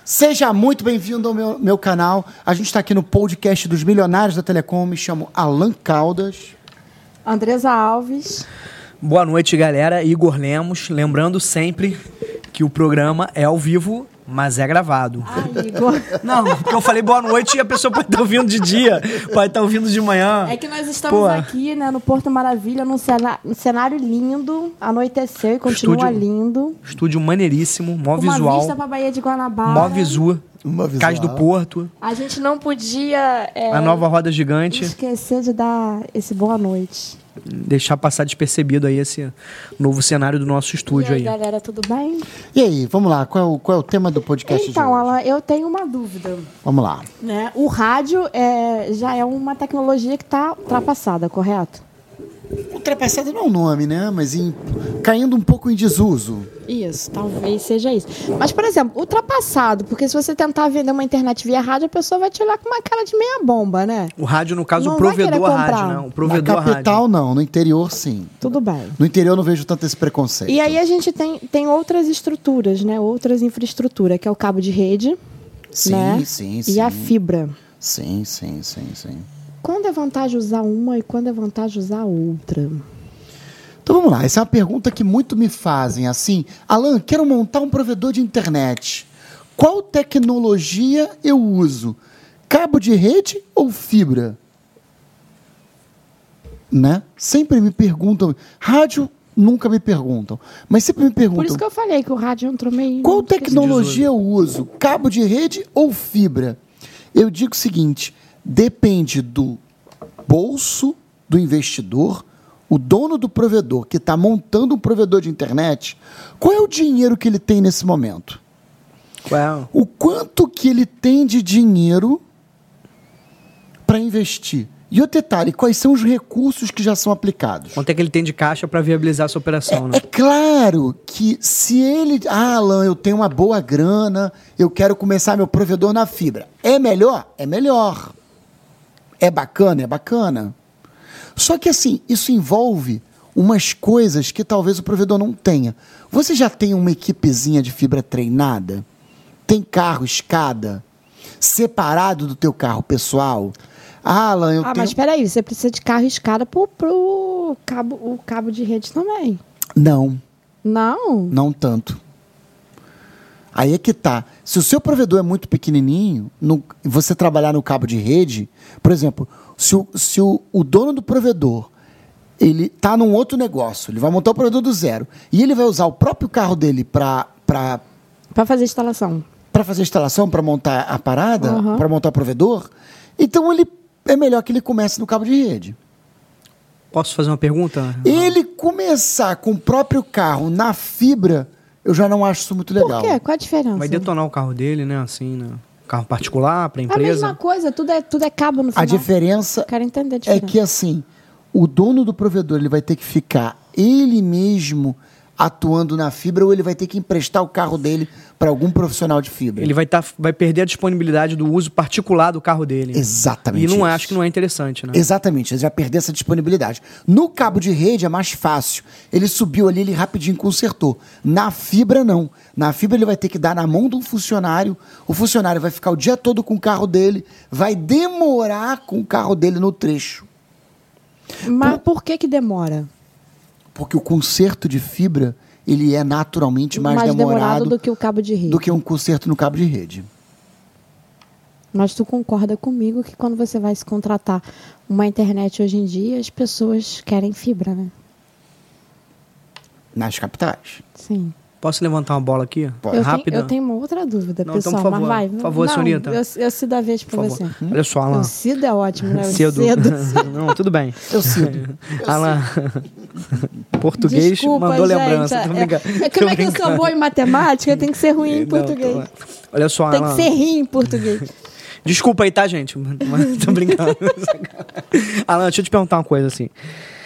Seja muito bem-vindo ao meu canal. A gente está aqui no podcast dos Milionários da Telecom. Me chamo Alan Caldas. Andresa Alves. Boa noite, galera. Igor Lemos. Lembrando sempre que o programa é ao vivo, mas é gravado. Igor. Não, porque eu falei boa noite e a pessoa pode estar ouvindo de dia, pode estar ouvindo de manhã. É que nós estamos aqui, né, no Porto Maravilha, num cenário lindo. Anoiteceu e continua lindo. Estúdio maneiríssimo, mó visual. Uma vista pra Baía de Guanabara. Mó visual. Cais do Porto. A gente não podia... a nova roda gigante. Esquecer de dar esse boa noite. Deixar passar despercebido aí esse novo cenário do nosso estúdio aí. E aí, galera, tudo bem? E aí, vamos lá, qual é o tema do podcast de hoje? Então, Alan, eu tenho uma dúvida. Vamos lá. Né? O rádio já é uma tecnologia que está ultrapassada, correto? Ultrapassado não é um nome, né? Mas caindo um pouco em desuso. Isso, talvez seja isso. Mas, por exemplo, ultrapassado, porque se você tentar vender uma internet via rádio, a pessoa vai te olhar com uma cara de meia bomba, né? O rádio, no caso, não o provedor rádio, né? O provedor Na capital, rádio. não. No interior, sim. Tudo bem. No interior, eu não vejo tanto esse preconceito. E aí a gente tem outras estruturas, né? Outras infraestruturas, que é o cabo de rede, sim, né? Sim. E a fibra. Sim. Quando é vantagem usar uma e quando é vantagem usar outra? Então vamos lá, essa é uma pergunta que muito me fazem, assim, Alan, quero montar um provedor de internet. Qual tecnologia eu uso? Cabo de rede ou fibra? Né? Sempre me perguntam, rádio nunca me perguntam, mas sempre me perguntam. Por isso que eu falei que o rádio entrou meio... Qual tecnologia eu uso? Cabo de rede ou fibra? Eu digo o seguinte, depende do bolso do investidor, o dono do provedor que está montando um provedor de internet, qual é o dinheiro que ele tem nesse momento? Qual? O quanto que ele tem de dinheiro para investir? E o detalhe, quais são os recursos que já são aplicados? Quanto é que ele tem de caixa para viabilizar essa operação, né? É claro que se ele... Alan, eu tenho uma boa grana, eu quero começar meu provedor na fibra. É melhor? É melhor. É bacana? É bacana. Só que assim, isso envolve umas coisas que talvez o provedor não tenha. Você já tem uma equipezinha de fibra treinada? Tem carro, escada? Separado do teu carro pessoal? Alan, eu tenho... mas espera aí, você precisa de carro e escada pro cabo de rede também. Não. Não? Não tanto. Aí é que tá. Se o seu provedor é muito pequenininho, você trabalhar no cabo de rede, por exemplo, se o dono do provedor, ele tá num outro negócio, ele vai montar o provedor do zero, e ele vai usar o próprio carro dele para fazer instalação. Para fazer instalação, para montar a parada, para montar o provedor, então é melhor que ele comece no cabo de rede. Posso fazer uma pergunta? Ele começar com o próprio carro na fibra, eu já não acho isso muito legal. Por quê? Qual a diferença? Vai detonar o carro dele, né? Assim, né? Carro particular, para empresa. A mesma coisa, tudo é cabo no final. A diferença Quero entender a diferença. é que, assim, o dono do provedor ele vai ter que ficar ele mesmo atuando na fibra ou ele vai ter que emprestar o carro dele para algum profissional de fibra. Ele vai perder a disponibilidade do uso particular do carro dele. Exatamente. E acho que não é interessante, né? Exatamente, ele vai perder essa disponibilidade. No cabo de rede é mais fácil. Ele subiu ali, ele rapidinho consertou. Na fibra, não. Na fibra ele vai ter que dar na mão de um funcionário, o funcionário vai ficar o dia todo com o carro dele, vai demorar com o carro dele no trecho. Mas por que demora? Porque o conserto de fibra, ele é naturalmente mais demorado do que o cabo de rede. Do que um conserto no cabo de rede. Mas tu concorda comigo que quando você vai se contratar uma internet hoje em dia, as pessoas querem fibra, né? Nas capitais. Sim. Posso levantar uma bola aqui? Eu tenho uma outra dúvida, não, pessoal. então, por favor, mas vai. Por favor, senhorita. Eu cedo a vez para você. Olha só, Alan. Eu cedo é ótimo, né? Cedo. Não, tudo bem. Eu cedo. Alan, português. Desculpa, mandou gente, lembrança. Como é que eu sou boa em matemática? Tem que ser ruim em português. Olha só, Tem Alan. que ser ruim em português. Desculpa aí, tá, gente? Tô brincando. Alan, deixa eu te perguntar uma coisa assim.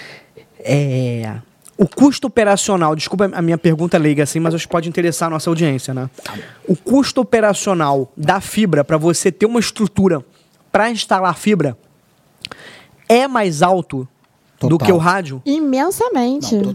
O custo operacional, desculpa a minha pergunta leiga assim, mas acho que pode interessar a nossa audiência, né? O custo operacional da fibra para você ter uma estrutura para instalar fibra é mais alto do que o rádio? Imensamente. Não, total.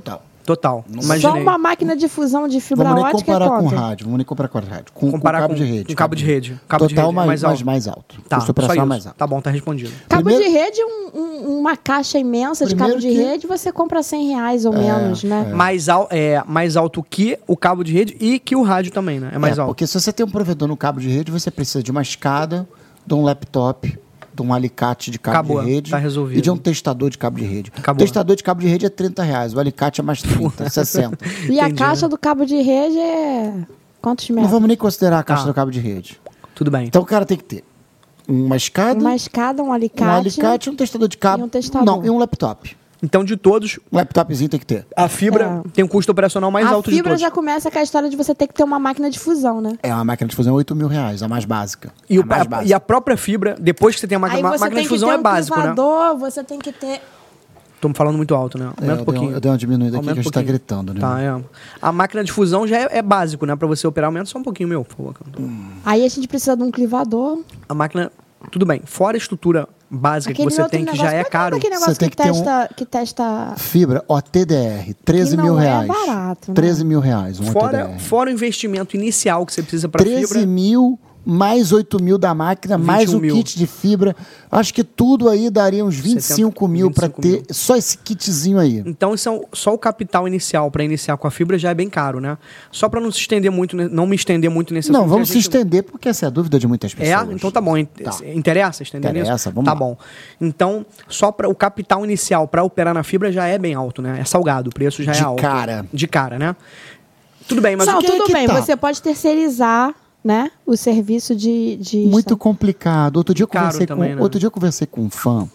Total. Não- Só Imaginei. uma máquina de fusão de fibra Vamos nem ótica comparar com conta. rádio. Vamos nem comparar com rádio. Com Comparar cabo de rede. com cabo de rede. Cabo de Total rede é mais alto. mais alto. Tá, Custo só operacional isso. mais alto. Tá bom, tá respondido. Cabo Primeiro- de rede, uma caixa imensa de Primeiro cabo de que- rede, você compra R$100 ou menos, né? Mais alto que o cabo de rede e que o rádio também, né? É mais alto. Porque se você tem um provedor no cabo de rede, você precisa de uma escada, de um laptop, de um alicate de cabo Acabou, de rede tá resolvido. e de um testador de cabo de rede. Acabou. O testador de cabo de rede é R$30, o alicate é mais 30, 60. E a Entendi, caixa né? do cabo de rede é... Quantos Não metros? vamos nem considerar a caixa Tá. do cabo de rede. Tudo bem. Então o cara tem que ter uma escada, Uma escada, um alicate. um alicate, um testador de cabo. E um testador. Não, e um laptop. Então, de todos, Um laptopzinho tem que ter. a fibra tem um custo operacional mais a alto de fibra todos. já começa com a história de você ter que ter uma máquina de fusão, né? É uma máquina de fusão R$8.000, a mais básica. E, a mais básica. e a própria fibra, depois que você tem a Aí máquina, você máquina tem de que fusão ter é básico, né? clivador, você tem que ter... Tô falando muito alto, né? Aumenta um pouquinho. Eu dei uma diminuída aqui Aumenta que a gente um tá pouquinho. gritando, né? Tá, é. A máquina de fusão já é básico, né? Pra você operar, aumenta só um pouquinho, meu, por favor. Aí a gente precisa de um clivador. A máquina, tudo bem. Fora a estrutura básica que Aquele você outro tem, que negócio, já é como que caro. Aquele negócio Você tem que, que ter testa... Fibra, OTDR, R$13.000. não é barato, né? R$13.000, um OTDR. Fora o investimento inicial que você precisa pra 13 fibra. mil mais 8.000 da máquina, mais o 21.000. kit de fibra. Acho que tudo aí daria uns 25 mil para 25 ter mil. só esse kitzinho aí. Então, só o capital inicial para iniciar com a fibra já é bem caro, né? Só para não se estender muito, não me estender muito nesse Não, assunto, vamos que se a gente- estender porque essa é a dúvida de muitas É? pessoas. Então tá bom. Interessa estender Interessa, nisso? vamos Tá lá. bom. Então, só para o capital inicial para operar na fibra já é bem alto, né? É salgado, o preço já De é alto. cara. De cara, né? Tudo bem, mas Não, o que tudo que bem, tá? você pode terceirizar, né, o serviço de Muito complicado. Outro dia, Caro também, né? outro dia eu conversei com um fã,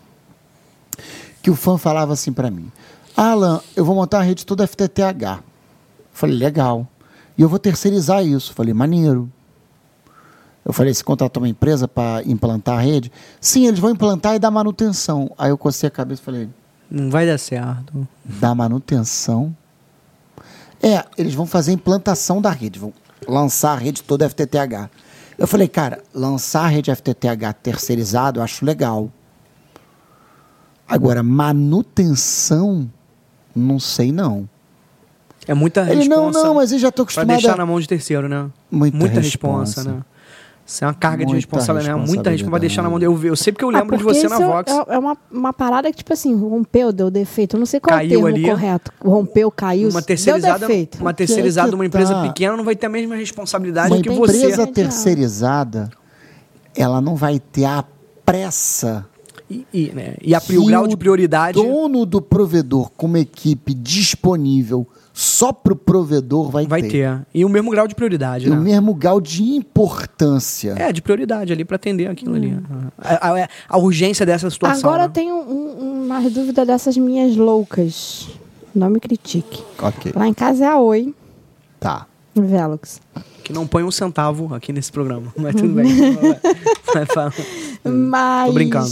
que o fã falava assim para mim: Alan, eu vou montar a rede toda FTTH. Falei, legal. E eu vou terceirizar isso. Falei, maneiro. Eu falei, você contratou uma empresa para implantar a rede? Sim, eles vão implantar e dar manutenção. Aí eu cocei a cabeça e falei, não vai dar certo. dar manutenção? É, eles vão fazer a implantação da rede, vão lançar a rede toda FTTH. Eu falei, cara, lançar a rede FTTH terceirizado eu acho legal. Agora, manutenção, não sei não. É muita Ele, responsa. não, mas eu já estou Pra acostumado deixar a... na mão de terceiro, né? Muita responsa, responsa. né? Isso é uma carga de Muita responsabilidade, né? Muita responsa pra deixar na mão dele. Eu sei porque eu lembro de porque você na isso Vox. É uma parada que, tipo assim, rompeu, deu defeito. Eu não sei qual Caiu é o termo ali. correto. Rompeu, caiu, Uma deu terceirizada, defeito. uma terceirizada de uma Que empresa tá. pequena não vai ter a mesma responsabilidade Uma que você. empresa Adianta. terceirizada, ela não vai ter a pressa Né? E o que grau de prioridade. O dono do provedor com uma equipe disponível só para o provedor vai ter. E o mesmo grau de prioridade, E né? o mesmo grau de importância. É, de prioridade ali pra atender aquilo ali. A urgência dessa situação. Agora né? eu tenho uma dúvida dessas minhas loucas. Não me critique. Ok, Lá em casa é a Oi, tá. Velox. Que não põe um centavo aqui nesse programa. Mas tudo bem. Vai falar. Mas Tô brincando.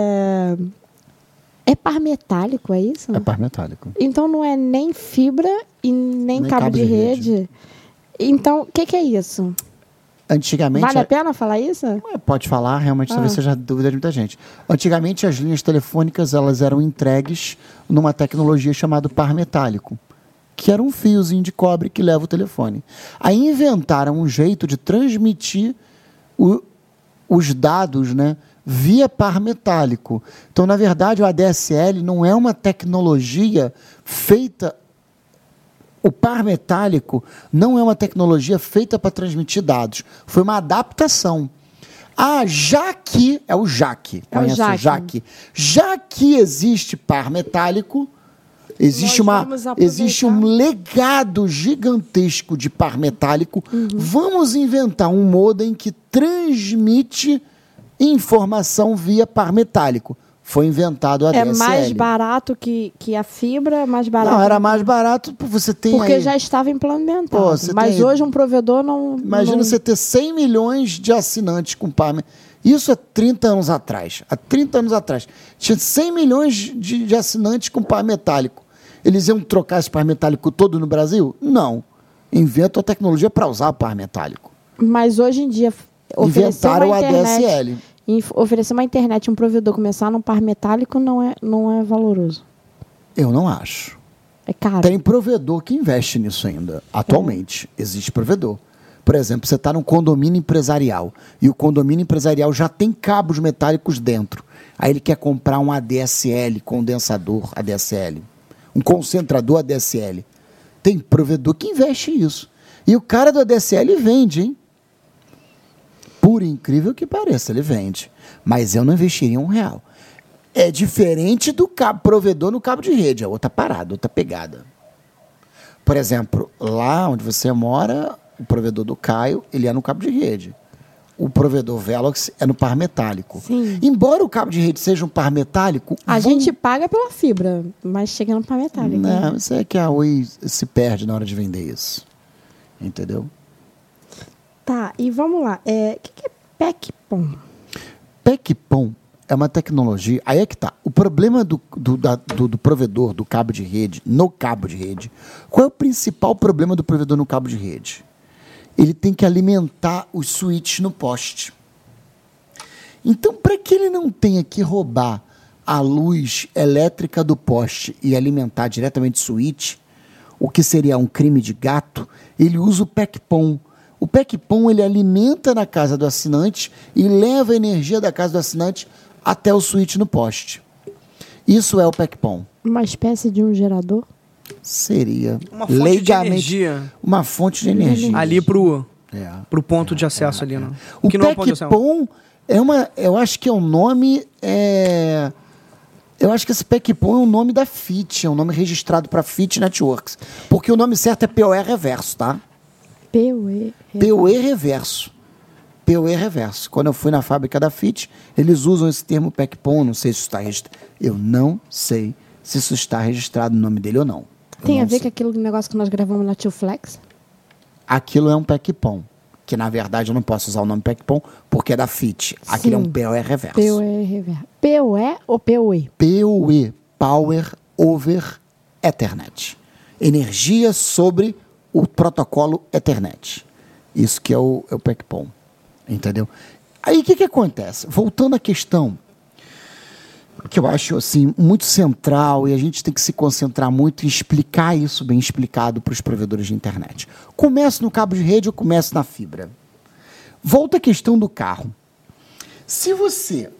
é par metálico, é isso? É par metálico. Então não é nem fibra e nem, Nem cabo de rede. Então, o que é isso? Antigamente... Vale a pena falar isso? Pode falar, realmente talvez seja dúvida de muita gente. Antigamente as linhas telefônicas elas eram entregues numa tecnologia chamada par metálico, que era um fiozinho de cobre que leva o telefone. Aí inventaram um jeito de transmitir os dados, né, via par metálico. Então, na verdade, o ADSL não é uma tecnologia feita... O par metálico não é uma tecnologia feita para transmitir dados. Foi uma adaptação. Já que... É o JAC. É o Conhece o JAC. JAC? Já que existe par metálico, existe Nós vamos existe um aproveitar. legado gigantesco de par metálico. Vamos inventar um modem que transmite informação via par metálico. Foi inventado a É ADSL. mais barato que a fibra, mais barato. Não, era mais barato porque você tem Porque aí... já estava implementado. Pô, você Mas tem- hoje um provedor não... Imagina não... você ter 100 milhões de assinantes com par metálico. Isso há 30 anos atrás. Há 30 anos atrás. Tinha 100 milhões de assinantes com par metálico. Eles iam trocar esse par metálico todo no Brasil? Não. Inventam a tecnologia para usar o par metálico. Mas hoje em dia, oferecer Inventaram uma o internet... ADSL. Oferecer uma internet, um provedor começar num par metálico não é valoroso. Eu não acho. É caro. Tem provedor que investe nisso ainda. Atualmente, existe provedor. Por exemplo, você está num condomínio empresarial e o condomínio empresarial já tem cabos metálicos dentro. Aí ele quer comprar um ADSL, condensador ADSL, um concentrador ADSL. Tem provedor que investe nisso. E o cara do ADSL vende, hein? Por incrível que pareça, ele vende. Mas eu não investiria R$1. É diferente do provedor no cabo de rede. É outra parada, outra pegada. Por exemplo, lá onde você mora, o provedor do Caio, ele é no cabo de rede. O provedor Velox é no par metálico. Sim. Embora o cabo de rede seja um par metálico... A gente paga pela fibra, mas chega no par metálico. Não, isso é que a Oi se perde na hora de vender isso. Entendeu? Tá, e vamos lá. O que é PEC-PON? PEC-PON é uma tecnologia... Aí é que tá. O problema do provedor do cabo de rede, no cabo de rede... Qual é o principal problema do provedor no cabo de rede? Ele tem que alimentar os switches no poste. Então, para que ele não tenha que roubar a luz elétrica do poste e alimentar diretamente o switch, o que seria um crime de gato, ele usa o PEC-PON. O PEC-PON ele alimenta na casa do assinante e leva a energia da casa do assinante até o switch no poste. Isso é o PEC-PON. Uma espécie de um gerador? Seria uma fonte de energia. Uma fonte de energia. Ali pro ponto de acesso ali, não. O que não é um ponto de acesso. PEC-PON é uma... Eu acho que é um nome... Eu acho que esse PEC-PON é um nome da FIT, é um nome registrado para FIT Networks. Porque o nome certo é PoE reverso, tá? PoE reverso. PoE reverso. Quando eu fui na fábrica da FIT, eles usam esse termo PEC-PON, não sei se isso está registrado. Eu não sei se isso está registrado no nome dele ou não. Tem a ver com aquele negócio que nós gravamos na Tio Flex? Aquilo é um PEC-PON. Que, na verdade, eu não posso usar o nome PEC-PON porque é da FIT. Aquilo é um PoE reverso. PoE reverso. PoE ou PoE? PoE. Power over Ethernet. Energia sobre o protocolo Ethernet. Isso que é o PEC-PON. Entendeu? Aí, o que acontece? Voltando à questão que eu acho assim, muito central e a gente tem que se concentrar muito em explicar isso bem explicado para os provedores de internet. Começo no cabo de rede ou começo na fibra? Volta à questão do carro. Se você...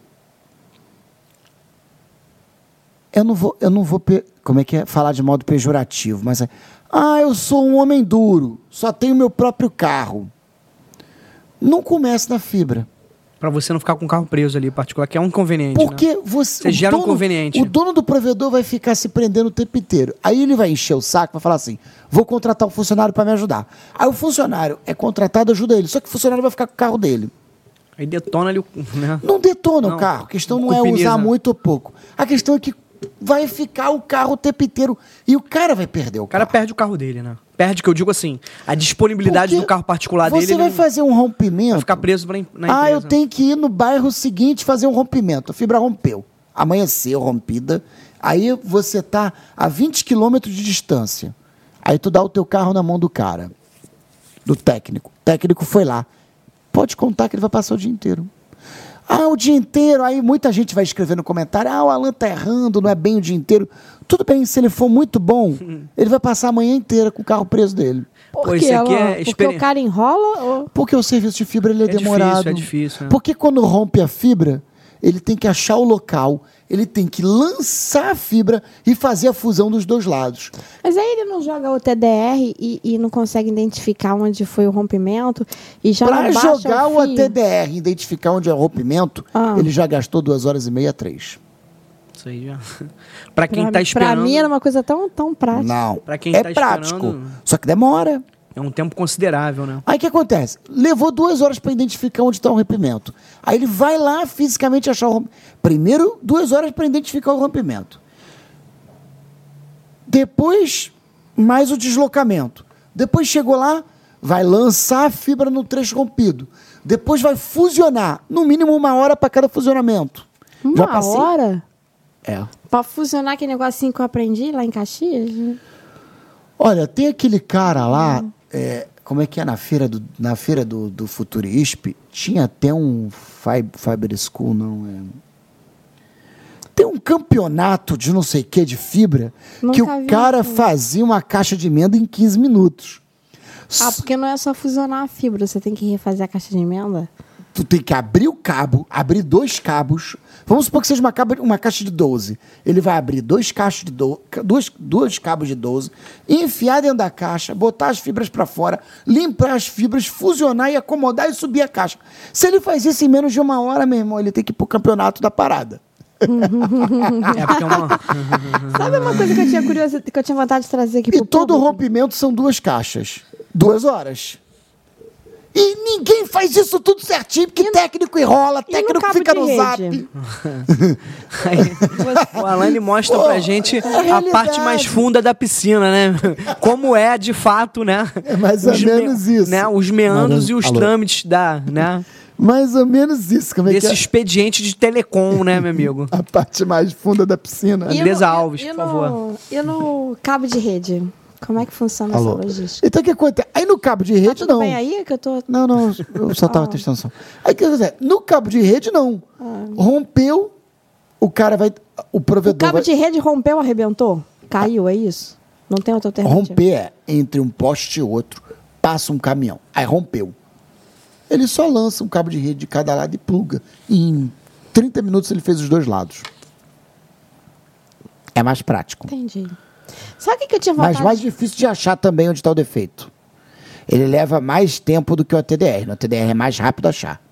Eu não vou como é que é? Falar de modo pejorativo, mas eu sou um homem duro, só tenho meu próprio carro. Não comece na fibra. Para você não ficar com o carro preso ali, particular, que é um inconveniente. Porque né? você gera um inconveniente. O dono do provedor vai ficar se prendendo o tempo inteiro. Aí ele vai encher o saco, vai falar assim: vou contratar um funcionário para me ajudar. Aí o funcionário é contratado, ajuda ele. Só que o funcionário vai ficar com o carro dele. Aí detona ali, né? Não detona o carro. A questão não é usar muito ou pouco. A questão é que vai ficar o carro o tempo inteiro e o cara vai perder o carro. O cara perde o carro dele, né? Perde, que eu digo assim, a disponibilidade do carro particular dele... Você vai fazer um rompimento... Vai ficar preso na empresa. Eu tenho que ir no bairro seguinte fazer um rompimento. A fibra rompeu. Amanheceu rompida. Aí você está a 20 quilômetros de distância. Aí tu dá o teu carro na mão do cara, do técnico. O técnico foi lá. Pode contar que ele vai passar o dia inteiro. O dia inteiro. Aí muita gente vai escrever no comentário: o Alan tá errando, não é bem o dia inteiro. Tudo bem, se ele for muito bom, ele vai passar a manhã inteira com o carro preso dele. Por quê? Porque o cara enrola? Ou... Porque o serviço de fibra ele é demorado. É difícil. Porque quando rompe a fibra, ele tem que achar o local, ele tem que lançar a fibra e fazer a fusão dos dois lados. Mas aí ele não joga o TDR e não consegue identificar onde foi o rompimento e já Para não baixa jogar o fio. o TDR e identificar onde é o rompimento, ele já gastou 2h30, 3. Isso aí já. Para quem tá esperando... Para mim era uma coisa tão prática. Não, pra quem é tá prático, esperando... só que demora. É um tempo considerável, né? Aí o que acontece? Levou 2 horas para identificar onde está o rompimento. Aí ele vai lá fisicamente achar o rompimento. Primeiro, 2 horas para identificar o rompimento. Depois, mais o deslocamento. Depois chegou lá, vai lançar a fibra no trecho rompido. Depois vai fusionar. No mínimo 1 hora para cada fusionamento. Uma hora? É. Para fusionar aquele negocinho que eu aprendi lá em Caxias? Olha, tem aquele cara lá, como é que é, na feira do Futurisp, tinha até um Fiber School, não é? Tem um campeonato de não sei o que de fibra Nunca que o vi cara isso. fazia uma caixa de emenda em 15 minutos. Ah, porque não é só fusionar a fibra, você tem que refazer a caixa de emenda. Tu tem que abrir o cabo, abrir 2 cabos. Vamos supor que seja uma caixa de 12. Ele vai abrir 2 cabos de 12, enfiar dentro da caixa, botar as fibras para fora, limpar as fibras, fusionar e acomodar e subir a caixa. Se ele faz isso em menos de 1 hora, meu irmão, ele tem que ir pro campeonato da parada. É porque é uma... Sabe uma coisa que eu tinha curiosidade, que eu tinha vontade de trazer aqui E pro todo público? rompimento são 2 caixas. 2 horas. E ninguém faz isso tudo certinho, porque técnico enrola, e no técnico cabo fica de no rede? zap. O Alane mostra Pô, pra gente é a realidade. parte mais funda da piscina, né? Como é, de fato, né? É mais ou menos isso. Né? Os meandros e os Alô. trâmites né? Mais ou menos isso. Como é Desse que é? expediente de telecom, né, meu amigo? A parte mais funda da piscina. E Andresa no- Alves, e por no- favor. E no cabo de rede? Como é que funciona Alô. essa logística? Então o que acontece? Aí no cabo de Tá rede, tudo não. bem aí que eu tô... Não, eu só tava prestando atenção. Aí o que acontece? No cabo de rede, não. Rompeu, o cara vai. O O provedor cabo vai. de rede rompeu, arrebentou? Caiu, é isso? Não tem outra alternativa? Romper é entre um poste e outro, passa um caminhão. Aí rompeu. Ele só lança um cabo de rede de cada lado e pluga. E em 30 minutos ele fez os 2 lados. É mais prático. Entendi. Sabe o que eu tinha vontade? Mas mais difícil de achar também onde está o defeito. Ele leva mais tempo do que o ATDR. No ATDR é mais rápido achar.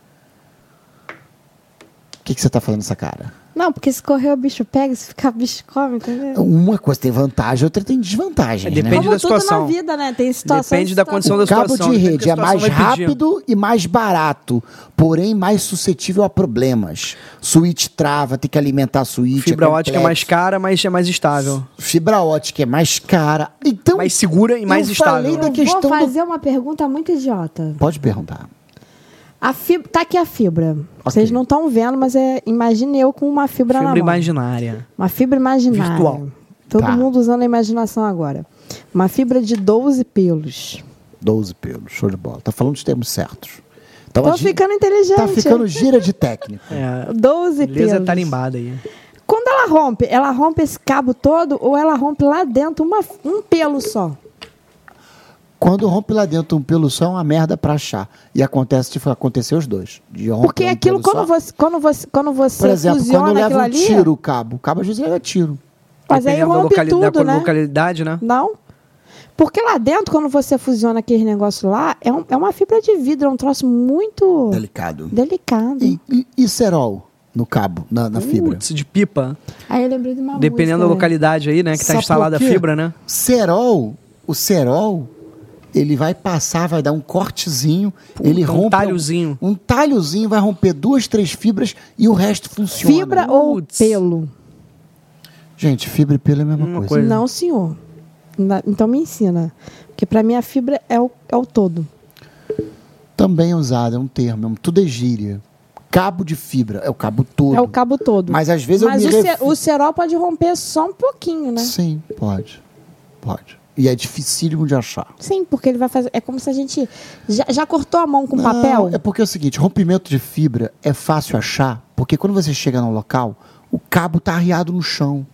O que você está fazendo nessa cara? Não, porque se correr o bicho pega, se ficar o bicho come, entendeu? Uma coisa tem vantagem, outra tem desvantagem. Depende Como da tudo situação. na vida, né? Tem situações... Depende da condição da O cabo situação. de depende rede do é que a situação mais vai pedir. rápido e mais barato, porém mais suscetível a problemas. Switch trava, tem que alimentar a switch. Fibra é ótica é complexo. mais cara, mas é mais estável. Fibra ótica é mais cara. Então, Mais segura e mais eu estável. falei da Eu questão vou fazer uma pergunta muito idiota. Pode perguntar. A fibra, tá aqui a fibra. Vocês não estão vendo, mas imagine eu com uma fibra na Fibra mão. imaginária. Uma fibra imaginária. Virtual. Todo Tá. mundo usando a imaginação agora. Uma fibra de 12 pelos. 12 pelos, show de bola. Tá falando os termos certos. Então, Tô a gi- ficando inteligente. Tá ficando gira de técnico. É, 12 beleza pelos. tarimbada aí. Quando ela rompe esse cabo todo ou ela rompe lá dentro um pelo só? Quando rompe lá dentro um pelo só, é uma merda pra achar. E aconteceu os dois. De romper Porque um aquilo, pelo só. quando você Por exemplo, quando fusiona leva aquilo um ali... tiro o cabo às vezes leva tiro. Mas aí Dependendo rompe da tudo, né? localidade, né? Não. Porque lá dentro, quando você fusiona aquele negócio lá, é uma fibra de vidro, é um troço muito Delicado. delicado. E cerol no cabo, na fibra? Putz, de pipa. Aí eu lembrei de uma Dependendo da música, né? localidade aí, né? Que tá Sabe instalada a por quê? fibra, né? O cerol, ele vai passar, vai dar um cortezinho, ele rompe... talhozinho. Um talhozinho, vai romper 2, 3 fibras e o resto funciona. Fibra ou Putz. pelo? Gente, fibra e pelo é a mesma Uma coisa. coisa. Não, senhor. Então me ensina. Porque pra mim a fibra é o todo. Também é usado, é um termo, tudo é gíria. Cabo de fibra, é o cabo todo. É o cabo todo. Mas às vezes Mas eu me o cerol pode romper só um pouquinho, né? Sim, pode. E é dificílimo de achar. Sim, porque ele vai fazer... É como se a gente... Já cortou a mão com Não, papel? É porque é o seguinte, rompimento de fibra é fácil achar, porque quando você chega no local, o cabo tá arriado no chão.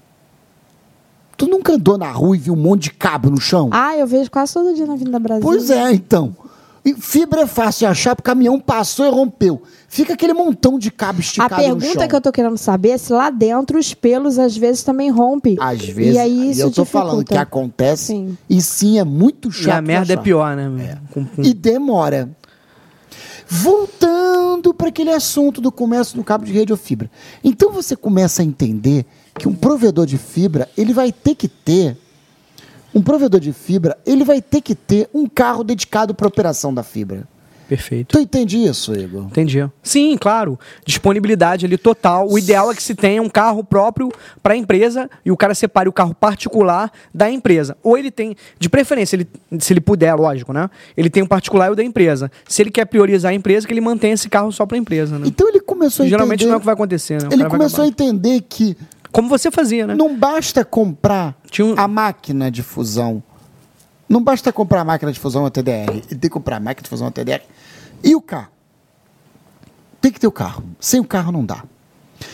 Tu nunca andou na rua e viu um monte de cabo no chão? Ah, eu vejo quase todo dia na Vinda Brasil. Pois é, então. E fibra é fácil de achar, porque o caminhão passou e rompeu. Fica aquele montão de cabo A esticado no chão. pergunta que eu tô querendo saber é se lá dentro os pelos às vezes também rompem. Às vezes, E aí isso eu tô dificulta. falando que acontece, Sim. e sim, é muito chato E a de merda é achar. pior, né? Com- E demora. Voltando para aquele assunto do comércio no cabo de rede ou fibra. Então você começa a entender que um provedor de fibra, ele vai ter que ter um carro dedicado para a operação da fibra. Perfeito. Tu entende isso, Igor? Entendi. Sim, claro. Disponibilidade ali total. O ideal é que se tenha um carro próprio para a empresa e o cara separe o carro particular da empresa. Ou ele tem, de preferência, se ele puder, lógico, né? Ele tem o particular e o da empresa. Se ele quer priorizar a empresa, que ele mantenha esse carro só para a empresa, né? Então ele começou a Geralmente entender... não é o que vai acontecer, né? O Ele cara vai começou a acabar. entender que Como você fazia, né? não basta comprar Tinha um- a máquina de fusão. Não basta comprar a máquina de fusão ATDR. Ele tem que comprar a máquina de fusão ATDR e o carro. Tem que ter o carro. Sem o carro não dá.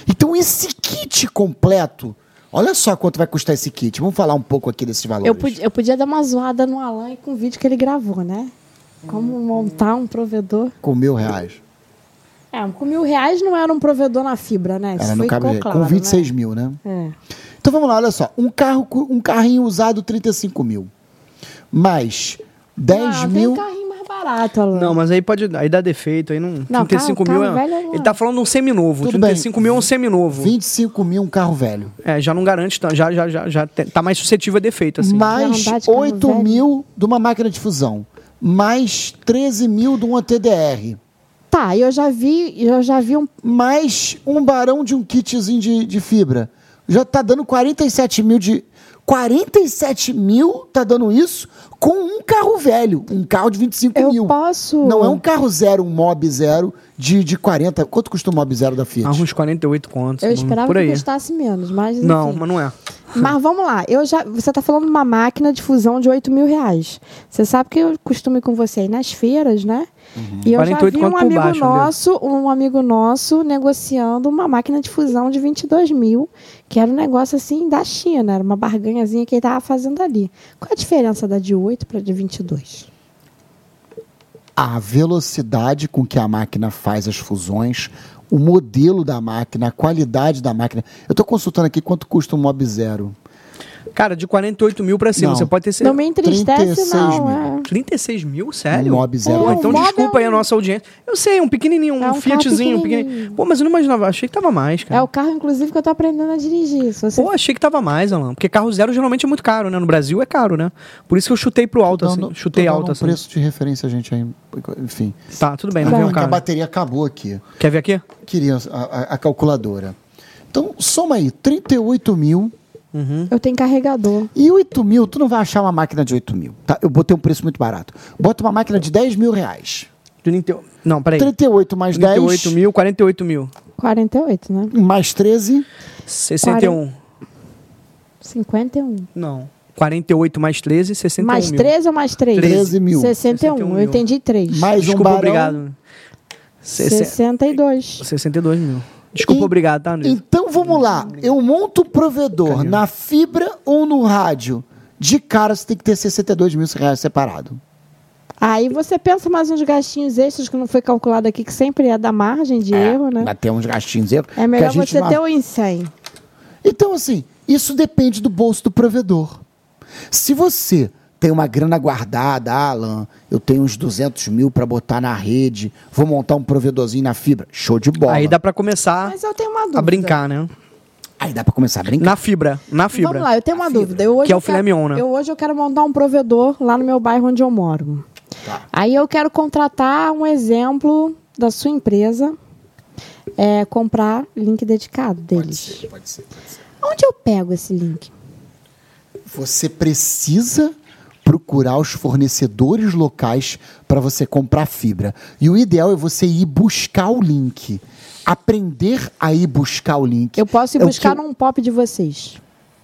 Então, esse kit completo, olha só quanto vai custar esse kit. Vamos falar um pouco aqui desses valores. Eu podia dar uma zoada no Alan e com o vídeo que ele gravou, né? Como montar um provedor. Com R$1.000. Com R$1.000 não era um provedor na fibra, né? Era no cabo de rede. Com 26 mil, né? Então vamos lá, olha só. Um carrinho usado, 35 mil. Mais 10 mil. Tem um carrinho mais barato, Alan. Não, mas aí dá defeito, aí não. 35 mil carro velho ele tá falando de um seminovo. Tudo 35 bem. mil é um seminovo. 25 mil um carro velho. Já não garante, já tá mais suscetível a defeito, assim. Mais Quer andar de carro 8 velho? mil de uma máquina de fusão. Mais 13 mil de uma TDR. Tá, eu já vi um. Mais um barão de um kitzinho de fibra. Já tá dando 47 mil de... 47 mil tá dando isso com um carro velho. Um carro de 25 Eu mil. posso. Não é um carro zero, um Mob zero de 40. Quanto custa um Mob zero da Fiat? Uns 48 contos. Eu esperava por aí. que custasse menos, mas. Enfim. Não, mas não é. Mas vamos lá, você está falando de uma máquina de fusão de R$8.000. Você sabe que eu costumo ir com você aí nas feiras, né? E eu já 48 vi conto por um amigo nosso negociando uma máquina de fusão de 22 mil, que era um negócio assim da China, era uma barganhazinha que ele estava fazendo ali. Qual é a diferença da de 8 para a de 22? A velocidade com que a máquina faz as fusões, o modelo da máquina, a qualidade da máquina. Eu estou consultando aqui quanto custa um Mob Zero. Cara, de 48 mil pra cima, Não. você pode ter... Não me entristece, 36 não. mil. 36 mil? Sério? Um Mob Zero. Pô, então Mob desculpa é aí a nossa audiência. Eu sei, um pequenininho, É um um Fiatzinho. carro Pequenininho. pequenininho. Pô, mas eu não imaginava, achei que tava mais, cara. É o carro, inclusive, que eu estou aprendendo a dirigir. Se você... Pô, achei que tava mais, Alan. Porque carro zero geralmente é muito caro, né? No Brasil é caro, né? Por isso que eu chutei pro alto, assim. Chutei alto, assim. preço de referência, gente, aí. Enfim. Tá, tudo bem, não Tá. vem o A carro. bateria acabou aqui. Quer ver aqui? Queria a calculadora. Então, soma aí, 38 mil Eu tenho carregador. e 8 mil. Tu não vai achar uma máquina de 8 mil. Tá? Eu botei um preço muito barato. Bota uma máquina de 10 mil reais. Não, peraí. 38 mais 10. 38 mil, 48 mil. 48, né? Mais 13. 61. 51. Não. 48 mais 13, 61 Mais mil. 13 ou mais 3? 13 mil. 61. 61 Eu mil. entendi 3. Mais Desculpa, um barão. obrigado. 62. 62 mil. Desculpa, obrigado, tá, André? Então vamos lá. Eu monto o provedor na fibra ou no rádio. De cara, você tem que ter 62 mil reais separado. Aí você pensa mais uns gastinhos extras que não foi calculado aqui, que sempre é da margem de erro, né? Vai ter uns gastinhos erros. É melhor que a gente você não- ter o em 100. Então, assim, isso depende do bolso do provedor. Se você tem uma grana guardada, Alan, eu tenho uns 200 mil para botar na rede, vou montar um provedorzinho na fibra, show de bola. Aí dá pra começar Mas eu tenho uma dúvida. a brincar, né? Aí dá para começar a brincar. Na fibra. Vamos lá, eu tenho uma dúvida. Que é o filé mignon, né? Hoje eu quero montar um provedor lá no meu bairro onde eu moro. Tá. Aí eu quero contratar um exemplo da sua empresa, comprar link dedicado deles. Pode ser. Onde eu pego esse link? Você precisa procurar os fornecedores locais para você comprar fibra. E o ideal é você ir buscar o link. Aprender a ir buscar o link. Eu posso ir É o buscar que eu- num pop de vocês.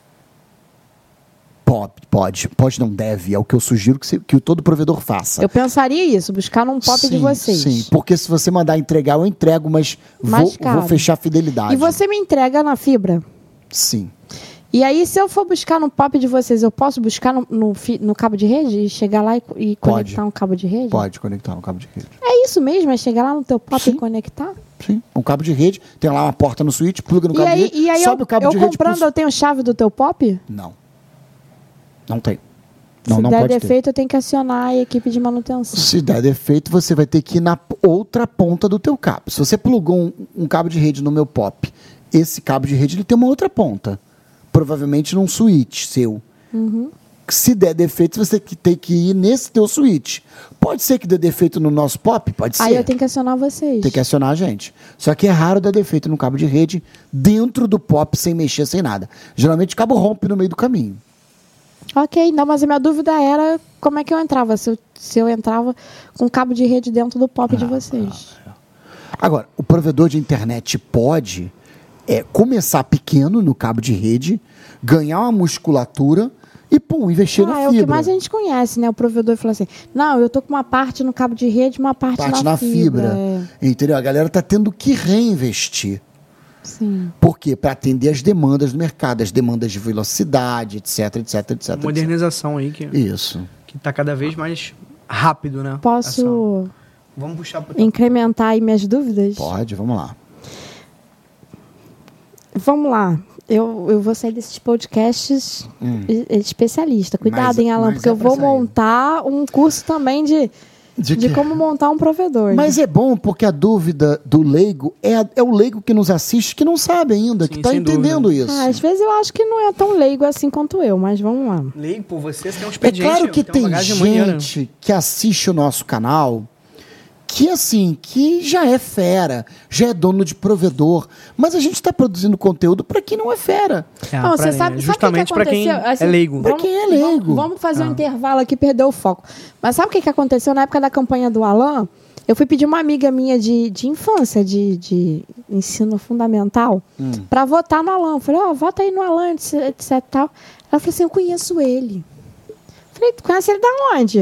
Pode, não deve. É o que eu sugiro que todo provedor faça. Eu pensaria isso, buscar num pop de vocês. Sim, porque se você mandar entregar, eu entrego, mas Mais caro. vou fechar a fidelidade. E você me entrega na fibra? Sim. E aí, se eu for buscar no pop de vocês, eu posso buscar no cabo de rede e chegar lá e conectar um cabo de rede? Pode conectar um cabo de rede. É isso mesmo? É chegar lá no teu pop Sim. e conectar? Sim. Um cabo de rede, tem lá uma porta no switch, pluga no E cabo de aí, rede, sobe o cabo eu de rede. comprando, eu tenho chave do teu pop? Não. Não tem. Não, Se não der pode ter. defeito, eu tenho que acionar a equipe de manutenção. Se der defeito, você vai ter que ir na outra ponta do teu cabo. Se você plugou um cabo de rede no meu pop, esse cabo de rede ele tem uma outra ponta. Provavelmente num switch seu. Se der defeito, você tem que ir nesse teu switch. Pode ser que dê defeito no nosso pop? Pode ser. Aí eu tenho que acionar vocês. Tem que acionar a gente. Só que é raro dar defeito no cabo de rede dentro do pop, sem mexer, sem nada. Geralmente o cabo rompe no meio do caminho. Ok, não, mas a minha dúvida era como é que eu entrava. Se eu entrava com cabo de rede dentro do pop de vocês. Agora, o provedor de internet pode começar pequeno no cabo de rede, ganhar uma musculatura e, investir na É fibra. o que mais a gente conhece, né? O provedor fala assim, não, eu tô com uma parte no cabo de rede, uma parte Parte na na fibra. É. Entendeu? A galera tá tendo que reinvestir. Sim. Por quê? Para atender as demandas do mercado, as demandas de velocidade, etc. Modernização aí Isso. que tá cada vez mais rápido, né? Posso Vamos puxar pro incrementar aí minhas dúvidas? Pode, vamos lá. Vamos lá. Eu vou sair desses podcasts especialista. Cuidado, hein, Alan, mas porque é eu pra vou sair. montar um curso também de quê? como montar um provedor. Mas é bom porque a dúvida do leigo é o leigo que nos assiste que não sabe ainda, Sim, que está sem entendendo dúvida. isso. Às vezes eu acho que não é tão leigo assim quanto eu, mas vamos lá. Leigo, por você tem um É expediente. claro que uma tem bagagem maneira. gente que assiste o nosso canal que, assim, que já é fera, já é dono de provedor, mas a gente está produzindo conteúdo para quem não é fera. Não, você sabe justamente para quem é leigo. Pra quem é leigo. Vamos fazer um intervalo aqui, perdeu o foco. Mas sabe o que aconteceu na época da campanha do Alan? Eu fui pedir uma amiga minha de infância, de ensino fundamental, para votar no Alan. Eu falei, vota aí no Alan, etc. Tal. Ela falou assim, eu conheço ele. Eu falei, tu conhece ele da onde?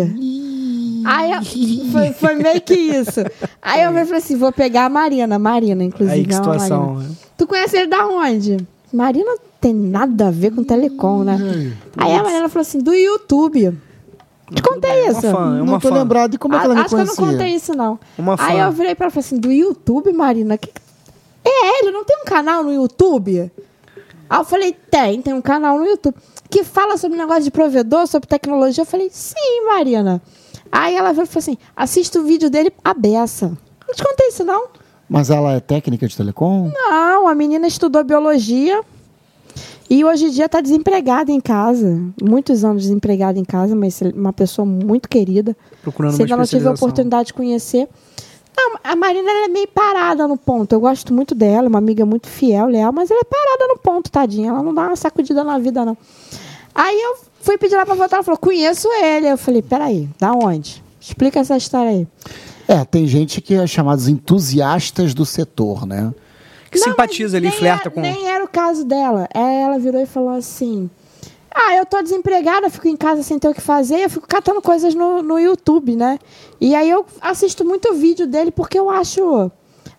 Aí foi meio que isso. Aí eu falei assim, vou pegar a Marina, inclusive. Aí que situação. Marina. Tu conhece ele da onde? Marina não tem nada a ver com telecom, né? Aí a Marina falou assim, do YouTube. Te contei isso. Não tô lembrado de como é que ela me Acho que eu conhecia. não contei isso, não. Uma fã. Aí eu virei pra ela e falei assim, do YouTube, Marina? Ele não tem um canal no YouTube? Aí eu falei, tem um canal no YouTube que fala sobre negócio de provedor, sobre tecnologia. Eu falei, sim, Marina. Aí ela falou assim, assista o vídeo dele a beça. Não te contei isso, não? Mas ela é técnica de telecom? Não, a menina estudou biologia e hoje em dia está desempregada em casa. Muitos anos desempregada em casa, mas uma pessoa muito querida. Procurando Você uma ainda não tive a especialização. oportunidade de conhecer. Não, a Marina ela é meio parada no ponto. Eu gosto muito dela, uma amiga muito fiel, leal, mas ela é parada no ponto, tadinha. Ela não dá uma sacudida na vida, não. Aí eu fui pedir lá para votar, ela falou, conheço ele. Eu falei, peraí, da onde? Explica essa história aí. Tem gente que é chamados entusiastas do setor, né? Que simpatiza ali, flerta com... Nem era o caso dela. Ela virou e falou assim, eu tô desempregada, fico em casa sem ter o que fazer, eu fico catando coisas no YouTube, né? E aí eu assisto muito vídeo dele porque eu acho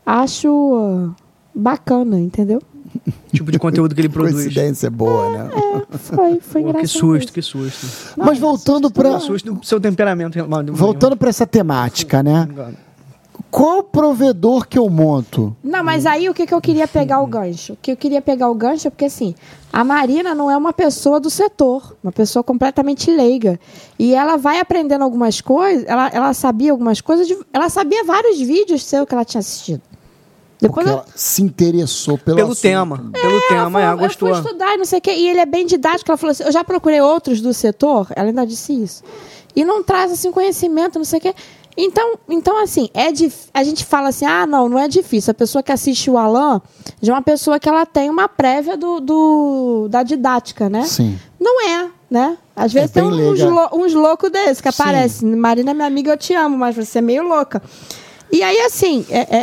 bacana, entendeu? tipo de conteúdo que ele produz. Coincidência boa, né? Foi Pô, engraçado. que susto. Mas voltando para Susto do seu temperamento. voltando para essa temática, né? Qual provedor que eu monto? Não, mas aí o que eu queria pegar o gancho? O que eu queria pegar o gancho é porque, assim, a Marina não é uma pessoa do setor, uma pessoa completamente leiga. E ela vai aprendendo algumas coisas, ela sabia algumas coisas, ela sabia vários vídeos seu que ela tinha assistido. Depois Porque ela se interessou pelo assunto. tema. Pelo tema, ela gostou. Eu fui estudar e não sei o quê, e ele é bem didático. Ela falou assim, eu já procurei outros do setor, ela ainda disse isso, e não traz, assim, conhecimento, não sei o quê. Então assim, a gente fala assim, não é difícil. A pessoa que assiste o Alan já é uma pessoa que ela tem uma prévia da didática, né? Sim. Não é, né? Às vezes tem uns loucos desses que aparecem. Marina, minha amiga, eu te amo, mas você é meio louca. E aí, assim,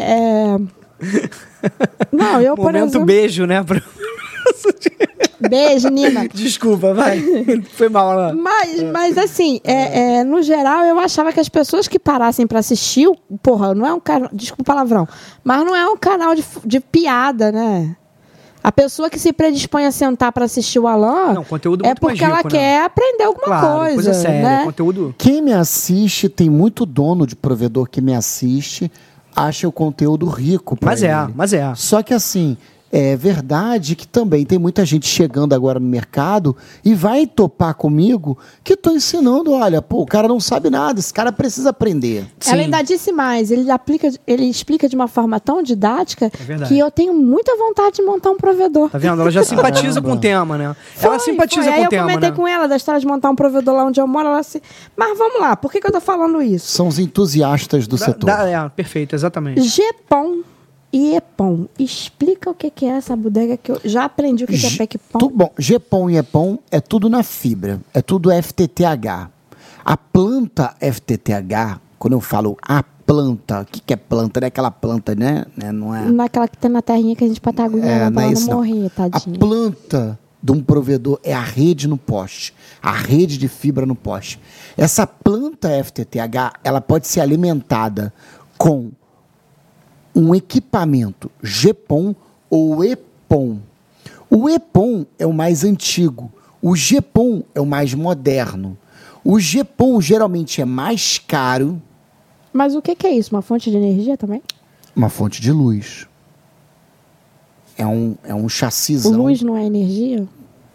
Não, eu, por Momento exemplo... beijo, né? Beijo, Nina. Desculpa, vai. Foi mal, Alan. Mas assim, no geral, eu achava que as pessoas que parassem para assistir, não é um canal, desculpa o palavrão, mas não é um canal de piada, né? A pessoa que se predispõe a sentar para assistir o Alan Não, conteúdo é muito porque mais ela rico, né? quer aprender alguma coisa, séria, né? conteúdo... Quem me assiste, tem muito dono de provedor que me assiste, acha o conteúdo rico pra ele. Mas é. Só que assim, é verdade que também tem muita gente chegando agora no mercado e vai topar comigo que estou ensinando, olha, o cara não sabe nada, esse cara precisa aprender. Ela ainda disse mais, ele explica de uma forma tão didática que eu tenho muita vontade de montar um provedor. Tá vendo? Ela já simpatiza com o tema, né? Ela simpatiza com o tema, Aí eu comentei né? com ela da história de montar um provedor lá onde eu moro, ela assim, mas vamos lá, por que eu tô falando isso? São os entusiastas do setor. Perfeito, exatamente. GPON e EPON. Explica o que é essa bodega que eu já aprendi o que é PECPON. Bom, GPON e EPON é tudo na fibra, é tudo FTTH. A planta FTTH, quando eu falo a planta, o que é planta? Não é aquela planta, né? Não é... Naquela que tem na terrinha que a gente pode aguentar pra ela não morrer, tadinha. A planta de um provedor é a rede no poste, a rede de fibra no poste. Essa planta FTTH, ela pode ser alimentada com um equipamento GPON ou EPON. O EPON é o mais antigo. O GPON é o mais moderno. O GPON geralmente é mais caro. Mas o que é isso? Uma fonte de energia também? Uma fonte de luz. É um chassizão. Luz não é energia?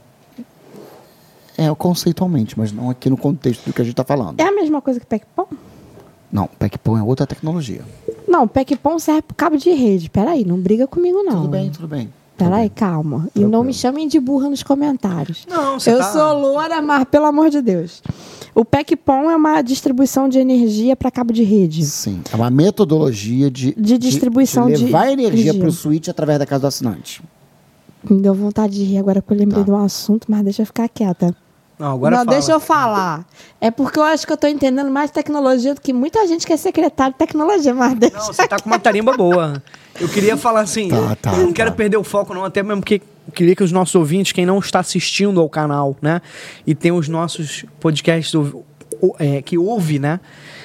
É, conceitualmente, mas não aqui no contexto do que a gente está falando. É a mesma coisa que PEC-PON? Não, PEC-PON é outra tecnologia. Não, PEC-PON serve para cabo de rede. Peraí, não briga comigo não. Tudo bem. Peraí, calma. E não me chamem de burra nos comentários. Não, você Eu sou loura, mas pelo amor de Deus. O PEC-PON é uma distribuição de energia para cabo de rede. Sim, é uma metodologia de distribuição de levar de energia energia. para o switch através da casa do assinante. Me deu vontade de rir agora que eu lembrei de um assunto, mas deixa eu ficar quieta. Não, agora Não, fala. deixa eu falar. É porque eu acho que eu tô entendendo mais tecnologia do que muita gente que é secretário de tecnologia, mas deixa. Não, você tá com uma tarimba boa. Eu queria falar assim, eu não quero perder o foco não, até mesmo porque eu queria que os nossos ouvintes, quem não está assistindo ao canal, né, e tem os nossos podcasts que ouve, né,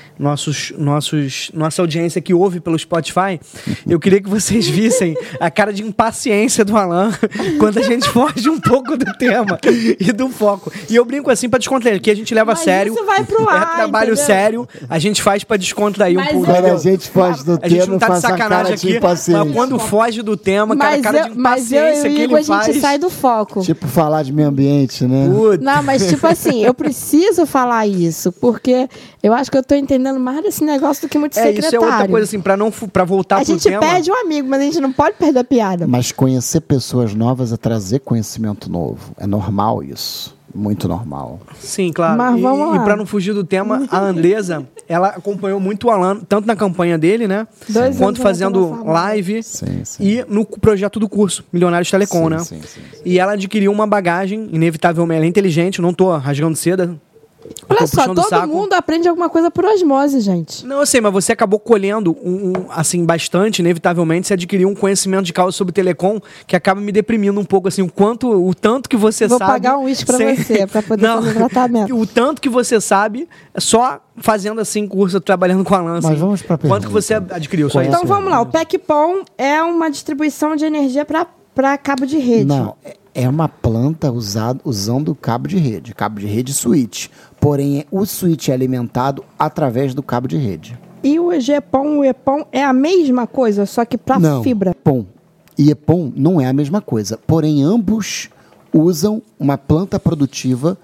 nossa audiência que ouve pelo Spotify, eu queria que vocês vissem a cara de impaciência do Alan quando a gente foge um pouco do tema e do foco. E eu brinco assim pra descontrair, que a gente leva a Mas sério. isso vai pro ar, É trabalho entendeu? sério, a gente faz pra descontrair um Mas pouco. Quando a entendeu? gente foge do A gente tema, não tá de faz a cara sacanagem de aqui, impaciência. mas quando foge do tema, cara, cara de mas eu impaciência e que o Igor, ele a gente faz. sai do foco. Tipo, falar de meio ambiente, né? Putz. Não, mas tipo assim, eu preciso falar isso, porque eu acho que eu tô entendendo mais desse negócio do que muito secretário. Isso é outra coisa, assim, pra voltar A pro gente tema. perde um amigo, mas a gente não pode perder a piada. Mas conhecer pessoas novas é trazer conhecimento novo. É normal isso. Muito normal. Sim, claro. Mas vamos lá. E pra não fugir do tema, a Andresa, ela acompanhou muito o Alan, tanto na campanha dele, né? 2 anos Quanto ela fazendo começava. live Sim. e no projeto do curso, Milionários Telecom, né? Sim. E ela adquiriu uma bagagem, inevitavelmente, ela é inteligente, eu não tô rasgando seda. Olha tô só, puxando o todo saco. mundo aprende alguma coisa por osmose, gente. Não, eu sei, mas você acabou colhendo assim, bastante, inevitavelmente, você adquiriu um conhecimento de causa sobre telecom que acaba me deprimindo um pouco, assim, o tanto que você Vou sabe. pagar um uísque pra você, pra poder Não, fazer tratamento. O tanto que você sabe, só fazendo assim, curso, trabalhando com a Alan. Mas assim. vamos pra pergunta. Quanto que você adquiriu? Só Conhece- isso? Então vamos lá, o PEC-PON é uma distribuição de energia para cabo de rede. Não, é uma planta usando cabo de rede switch. Porém, o switch é alimentado através do cabo de rede. E o GPON, o EPON é a mesma coisa, só que para Não, fibra. EPON e EPON não é a mesma coisa. Porém, ambos usam uma planta produtiva,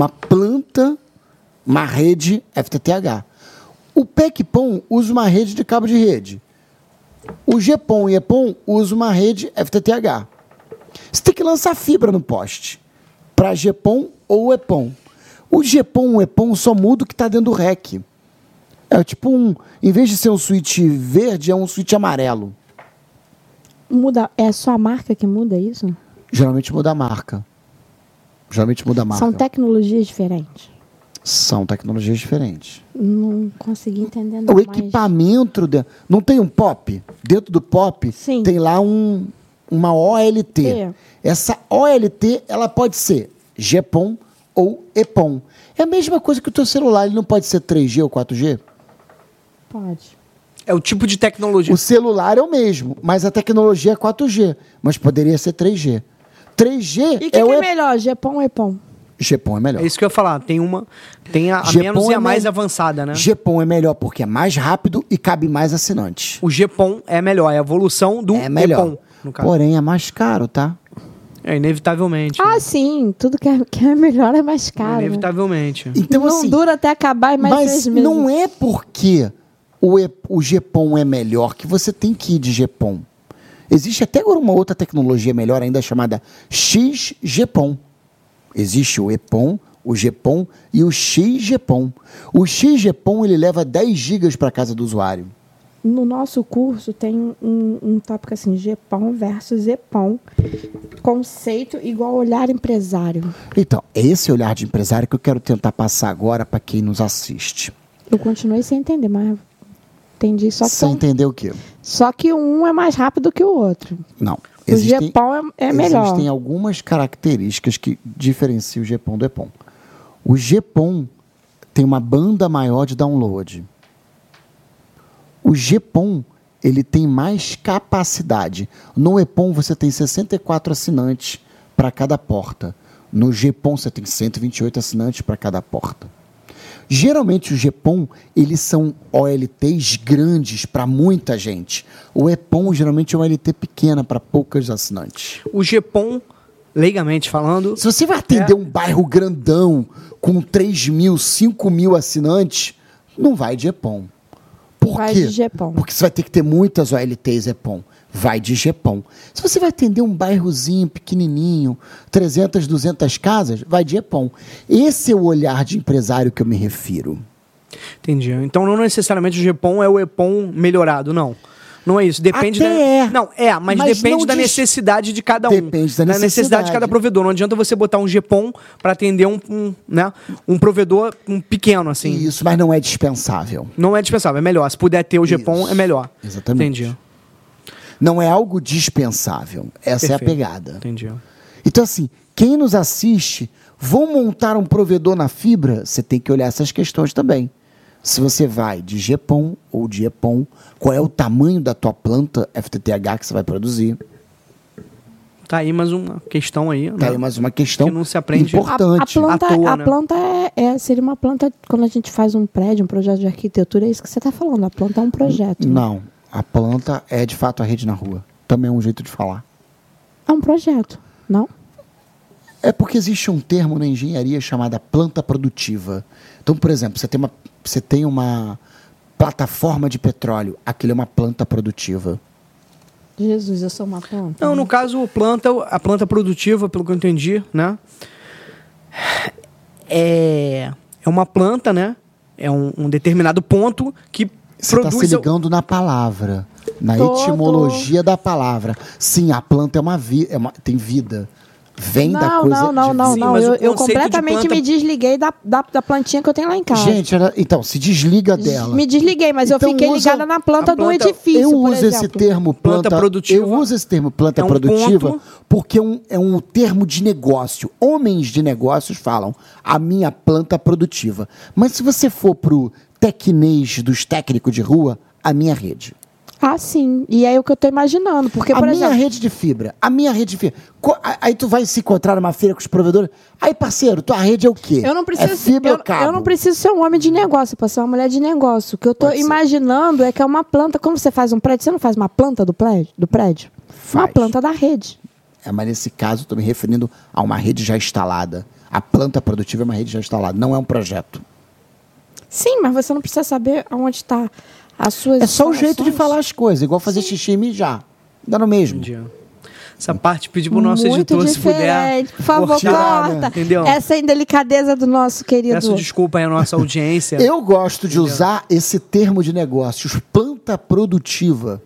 uma rede FTTH. O PEC-PON usa uma rede de cabo de rede. O GPON e EPON usam uma rede FTTH. Você tem que lançar fibra no poste para GPON ou EPON. O GPON ou EPON só muda o que está dentro do REC. É tipo em vez de ser um switch verde, é um switch amarelo. Muda, é só a marca que muda isso? Geralmente muda a marca. São tecnologias diferentes. São tecnologias diferentes. Não consegui entender O nada mais. equipamento... Não tem um POP? Dentro do POP Sim. tem lá uma OLT. É. Essa OLT ela pode ser GPON ou EPON. É a mesma coisa que o teu celular. Ele não pode ser 3G ou 4G? Pode. É o tipo de tecnologia. O celular é o mesmo, mas a tecnologia é 4G. Mas poderia ser 3G. 3G E o que é melhor, GPON ou EPON? GPON é melhor. É isso que eu ia falar. Tem a GPON menos e a é mais me- avançada, né? GPON é melhor porque é mais rápido e cabe mais assinantes. O GPON é melhor, é a evolução do É melhor. EPON, no caso. Porém, é mais caro, tá? É, inevitavelmente. Ah, sim. Tudo que é melhor é mais caro. né? Inevitavelmente. Então, não assim, dura até acabar e mais mas 6 meses. não é porque o GPON é melhor que você tem que ir de GPON. Existe até agora uma outra tecnologia melhor ainda chamada XGPON. Existe o EPON, o GPON e o XGPON. O XGPON ele leva 10 GB para casa do usuário. No nosso curso tem um tópico assim, GPON versus EPON. Conceito igual olhar empresário. Então, é esse olhar de empresário que eu quero tentar passar agora para quem nos assiste. Eu continuei sem entender, mas entendi. Você entendeu o quê? Só que um é mais rápido que o outro. Não. O GPON é melhor. Existem algumas características que diferenciam o GPON do EPON. O GPON tem uma banda maior de download. O GPON, ele tem mais capacidade. No EPOM você tem 64 assinantes para cada porta. No GPOM você tem 128 assinantes para cada porta. Geralmente os GPOM, eles são OLTs grandes para muita gente. O EPOM geralmente é uma OLT pequena para poucos assinantes. O GPOM, legalmente falando... Se você vai atender um bairro grandão com 3 mil, 5 mil assinantes, não vai de EPOM. Por Vai quê? de GPOM. Porque você vai ter que ter muitas OLTs EPOM. Vai de GPOM. Se você vai atender um bairrozinho pequenininho, 300, 200 casas, vai de EPOM. Esse é o olhar de empresário que eu me refiro. Entendi. Então não necessariamente o GPOM é o EPOM melhorado, não. Não é isso. Depende Até é. Não, mas depende não da necessidade de cada um. Depende da necessidade de cada provedor. Não adianta você botar um GPOM para atender um provedor pequeno, assim. Isso, mas não é dispensável. Não é dispensável, é melhor. Se puder ter o GPOM, Isso. é melhor. Exatamente. Entendi. Não é algo dispensável. Essa é a Perfeito. pegada. Entendi. Então, assim, quem nos assiste, vou montar um provedor na fibra, você tem que olhar essas questões também. Se você vai de GPOM ou de EPOM, qual é o tamanho da tua planta FTTH que você vai produzir? Tá aí mais uma questão aí. Tá aí mais uma questão que não se aprende importante. à toa, planta seria uma planta, quando a gente faz um prédio, um projeto de arquitetura, é isso que você está falando. A planta é um projeto. Né? Não, a planta é de fato a rede na rua. Também é um jeito de falar. É um projeto, não? É porque existe um termo na engenharia chamada planta produtiva. Então, por exemplo, você tem uma plataforma de petróleo. Aquilo é uma planta produtiva. Jesus, eu sou uma planta. Não, no caso, a planta produtiva, pelo que eu entendi, né? É uma planta, né? É um determinado ponto que Você está produz... se ligando na palavra, na Tô. etimologia da palavra. Sim, a planta tem vida. Vem da coisa... Não, Sim, mas o eu conceito de completamente planta- me desliguei da plantinha que eu tenho lá em casa. Gente, então, se desliga dela. Me desliguei, mas Então, eu fiquei usa ligada na planta a do planta- edifício, Eu por uso esse exemplo. termo Planta produtiva. Eu uso esse termo planta É um produtiva ponto. porque é um termo de negócio. Homens de negócios falam a minha planta produtiva. Mas se você for pro tecnês dos técnicos de rua, a minha rede. Ah, sim. E é o que eu tô imaginando. Porque, A por minha exemplo... rede de fibra. A minha rede de fibra. Aí tu vai se encontrar numa feira com os provedores. Aí, parceiro, tua rede é o quê? Eu não preciso, é fibra ou cabo? eu não preciso ser um homem de negócio, eu posso ser uma mulher de negócio. O que eu tô Pode ser. imaginando é que é uma planta. Quando você faz um prédio, você não faz uma planta do prédio? Uma Faz. planta da rede. Mas nesse caso, eu estou me referindo a uma rede já instalada. A planta produtiva é uma rede já instalada, não é um projeto. Sim, mas você não precisa saber aonde está as suas É só o jeito de instalações. falar as coisas, igual fazer xixi e mijar. Dá no mesmo. Entendi. Essa parte pedi pro nosso Muito editor, se puder. diferente. Por favor, cortar, corta. Entendeu? Essa indelicadeza do nosso querido. Peço desculpa aí à nossa audiência. Eu gosto de usar esse termo de negócios, planta produtiva.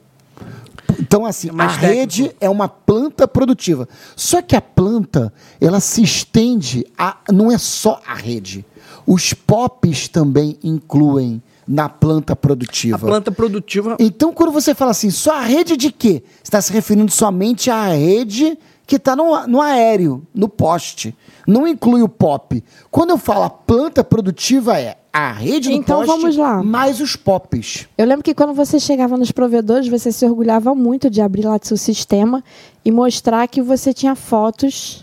Então, assim, É mais a técnico. rede é uma planta produtiva. Só que a planta, ela se estende não é só a rede. Os POPs também incluem na planta produtiva. A planta produtiva... Então, quando você fala assim, só a rede de quê? Você está se referindo somente à rede que está no aéreo, no poste. Não inclui o POP. Quando eu falo a planta produtiva, é a rede do Então, poste vamos lá. mais os POPs. Eu lembro que quando você chegava nos provedores, você se orgulhava muito de abrir lá seu sistema e mostrar que você tinha fotos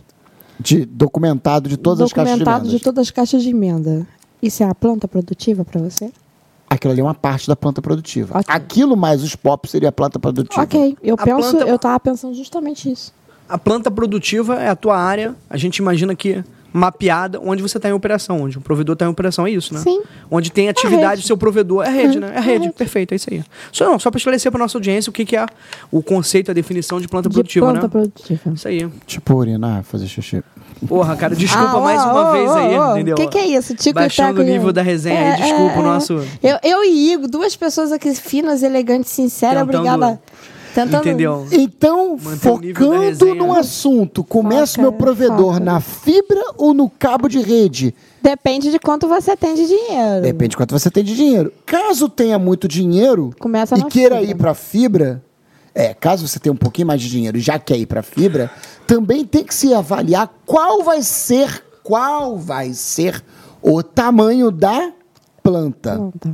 Documentado de todas as caixas de documentadas vendas. de todas as caixas de emenda. Isso é a planta produtiva para você? Aquilo ali é uma parte da planta produtiva. Ok. Aquilo mais os POPs seria a planta produtiva. Ok, eu planta- tava pensando justamente isso. A planta produtiva é a tua área, a gente imagina que mapeada, onde você está em operação, onde o provedor está em operação, é isso, né? Sim. Onde tem atividade rede. do seu provedor. É rede, né? É rede, rede. perfeito, é isso aí. Só para esclarecer para nossa audiência o que é o conceito, a definição de planta De produtiva, planta né? produtiva. Isso aí. Tipo urinar, fazer xixi. Porra, cara, desculpa mais uma vez aí, entendeu? O que é isso? Tico e Baixando taco, o nível da resenha aí, desculpa o nosso... Eu e Igor, duas pessoas aqui finas, elegantes, sinceras, Tentando- obrigada. Tentando... Entendeu? Então, Manter o nível da focando resenha. no assunto, começa o Foca, meu provedor foca. na fibra ou no cabo de rede? Depende de quanto você tem de dinheiro. Depende de quanto você tem de dinheiro. Caso tenha muito dinheiro Começa e na queira fibra. ir para fibra, caso você tenha um pouquinho mais de dinheiro e já quer ir para fibra, também tem que se avaliar qual vai ser o tamanho da planta. Planta.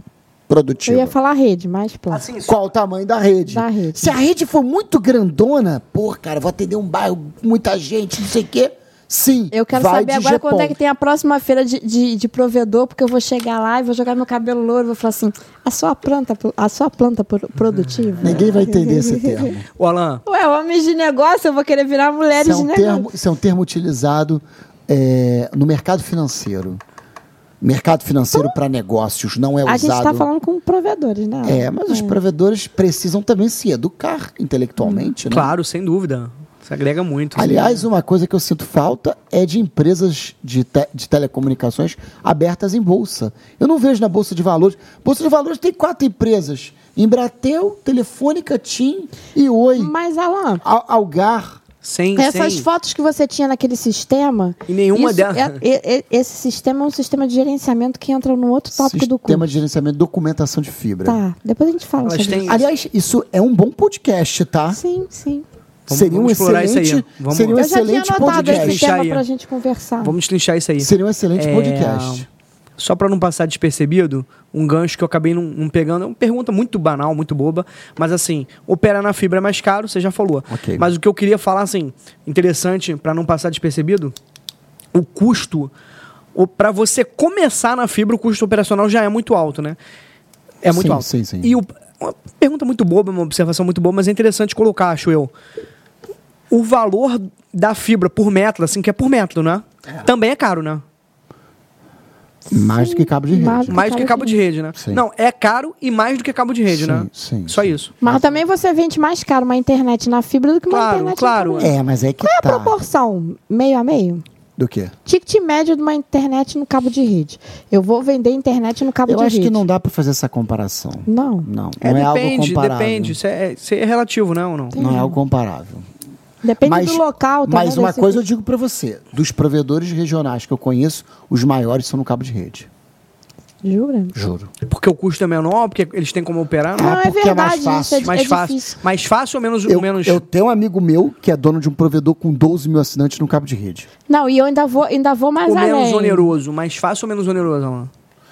produtiva. Eu ia falar rede, mais plano. Assim, Qual o tamanho da rede? Da rede. Se a rede for muito grandona, pô, cara, vou atender um bairro, muita gente, não sei o quê. Sim, Eu quero vai saber de agora quando é GPON. que tem a próxima feira de provedor, porque eu vou chegar lá e vou jogar meu cabelo louro e vou falar assim, a sua planta produtiva. Ninguém vai entender esse termo. Ô, Alan, Ué, homens de negócio, eu vou querer virar mulheres de negócio. Isso é um termo utilizado no mercado financeiro. Mercado financeiro para negócios não é A gente usado... está falando com provedores, né? Mas os provedores precisam também se educar intelectualmente, né? claro, sem dúvida. Isso agrega muito. Aliás, uma coisa que eu sinto falta é de empresas de telecomunicações abertas em bolsa. Eu não vejo na Bolsa de Valores. Bolsa de Valores tem 4 empresas. Embratel, Telefônica, TIM e Oi. Mas, Alan, Algar. essas fotos que você tinha naquele sistema... E nenhuma delas... Esse sistema é um sistema de gerenciamento que entra no outro tópico do curso. Sistema de gerenciamento de documentação de fibra. Tá, depois a gente fala Elas sobre têm- isso. Aliás, isso é um bom podcast, tá? Sim, sim. Seria um explorar isso aí. excelente, Vamos- seria um Eu já tinha excelente anotado podcast. esse tema Aí. pra gente conversar. Vamos destrinchar isso aí. Seria um excelente podcast. Só para não passar despercebido, um gancho que eu acabei não pegando, é uma pergunta muito banal, muito boba, mas assim, operar na fibra é mais caro, você já falou. Ok. Mas o que eu queria falar, assim, interessante, para não passar despercebido, o custo, para você começar na fibra, o custo operacional já é muito alto, né? É muito Sim, alto. sim, sim. E uma pergunta muito boba, uma observação muito boba, mas é interessante colocar, acho eu. O valor da fibra por metro, assim, que é por metro, né? Também é caro, né? Mais do que cabo de Mais rede. do Mais do que cabo de rede, né? Sim. Não, é caro e mais do que cabo de rede, Sim, né? sim, Só sim. isso. Mas também você vende mais caro uma internet na fibra do que uma Claro, internet claro. na fibra. É, mas é que Qual é a tá. proporção? Meio a meio? Do quê? Ticket médio de uma internet no cabo de rede. Eu vou vender internet no cabo Eu de acho rede. que não dá pra fazer essa comparação. Não. Não é algo Depende, comparável. depende. Isso é relativo, né? Ou não? Não é algo comparável. Depende do local também. Mas uma desse- coisa eu digo pra você. Dos provedores regionais que eu conheço, os maiores são no cabo de rede. Jura? Juro. Porque o custo é menor, porque eles têm como operar, Não, não? é porque é mais verdade, fácil. isso Mais é fácil. difícil. Mais fácil ou menos... Eu tenho um amigo meu que é dono de um provedor com 12 mil assinantes no cabo de rede. Não, e eu ainda vou mais Ou além. menos oneroso. Mais fácil ou menos oneroso, Alan?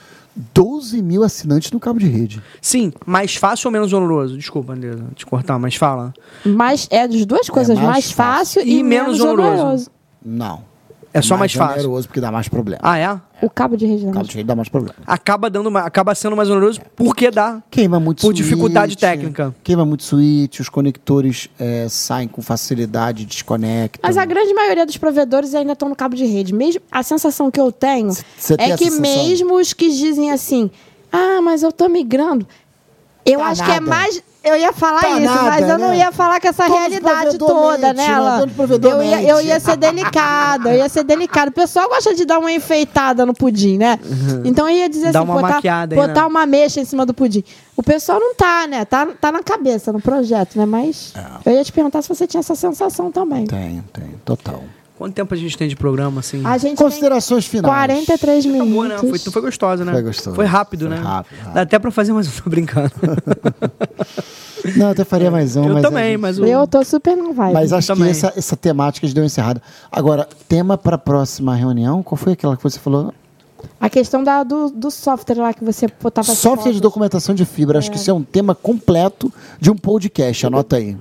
12 mil assinantes no cabo de rede. Sim, mais fácil ou menos oneroso? Desculpa, Andresa, te cortar, mas fala. Mas é das duas coisas, mais mais fácil E e menos menos oneroso. oneroso. Não. É só mais fácil. oneroso porque dá mais problema. Ah, é? O cabo de rede. O cabo de rede dá mais problema. Acaba sendo mais oneroso porque dá. Queima muito Por dificuldade técnica. Queima muito switch, os conectores saem com facilidade, desconectam. Mas a grande maioria dos provedores ainda estão no cabo de rede. Mesmo, a sensação que eu tenho Cê tem é a que sensação? mesmo os que dizem assim, mas eu tô migrando. Eu Tá acho que é nada. mais... Eu ia falar Tá isso, nada, mas eu não né? ia falar com essa Todo realidade provedor toda, mente, né, né? Alan? Todo provedor Eu mente. ia ser delicada, eu ia ser delicada. O pessoal gosta de dar uma enfeitada no pudim, né? Então eu ia dizer Dá assim, uma maquiada aí, botar né? uma mecha em cima do pudim. O pessoal não tá, né? Tá na cabeça, no projeto, né? Mas eu ia te perguntar se você tinha essa sensação também. Tem, total. Quanto tempo a gente tem de programa, assim? A gente Considerações tem finais. 43 minutos. Acabou, né? Foi gostosa, né? Foi gostoso. Foi rápido, Foi né? rápido. Dá até pra fazer mais um, tô brincando. Não, eu até faria mais um. Eu mas também, a gente- mas o... Eu tô super no vibe. Mas acho também. que essa temática deu encerrada. Agora, tema para a próxima reunião, qual foi aquela que você falou? A questão do software lá que você botava as Software de fotos. documentação de fibra. Acho que isso é um tema completo de um podcast. Anota aí.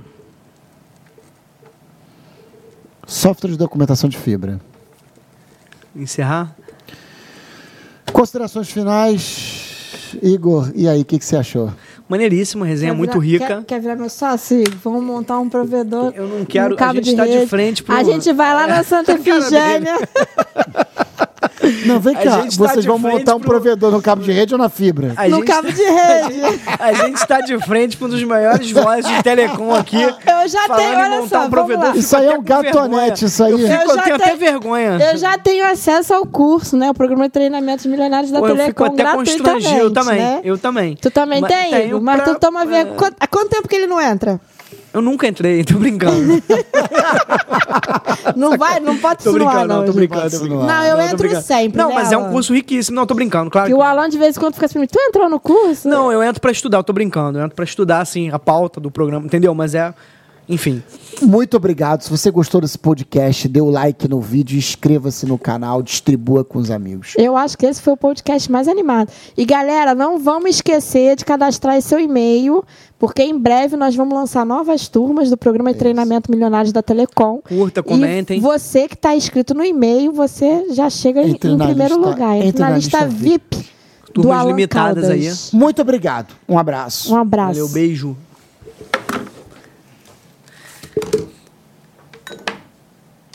Software de documentação de fibra. Encerrar? Considerações finais. Igor, e aí, o que você achou? Maneiríssima, resenha muito rica. Quer virar meu sócio? Vamos montar um provedor. Eu não quero- no cabo a gente tá de rede. frente pro- A gente vai lá na Santa Efigênia. Não, vem A cá. gente tá Vocês de vão frente montar um pro- provedor no cabo de rede ou na fibra? A No gente- cabo de rede. A gente está de frente para um dos maiores vozes de telecom aqui. Eu já falando tenho, em olha montar só, um vamos provedor. lá. Eu fico Isso aí é até um com vergonha. gatonete, isso aí. Eu Eu já tenho até tenho- vergonha. Eu já tenho acesso ao curso, né? O programa de treinamentos milionários da Pô, eu fico Telecom até constrangido. Eu também. né? Eu também. Tu também Mas tem, tenho Igor? Mas pra- tu toma vergonha. Há quanto tempo que ele não entra? Eu nunca entrei, tô brincando. Não vai? Não pode Tô insinuar, brincando, não, tô gente. brincando. Tô brincando. Não, eu tô entro brincando. sempre, Não, né, mas é um Alan? curso riquíssimo. Não, tô brincando, claro. E o Alan, de vez em quando, fica assim, tu entrou no curso? Não, eu entro pra estudar, eu tô brincando. Eu entro pra estudar, assim, a pauta do programa, entendeu? Mas é... Enfim. Muito obrigado. Se você gostou desse podcast, dê o like no vídeo, inscreva-se no canal, distribua com os amigos. Eu acho que esse foi o podcast mais animado. E galera, não vamos esquecer de cadastrar seu e-mail, porque em breve nós vamos lançar novas turmas do programa de treinamento Milionários da Telecom. Curta, comentem. E você que está inscrito no e-mail, você já chega em primeiro lugar. Entre na lista VIP. Turmas limitadas aí. Muito obrigado. Um abraço. Um abraço. Valeu, beijo.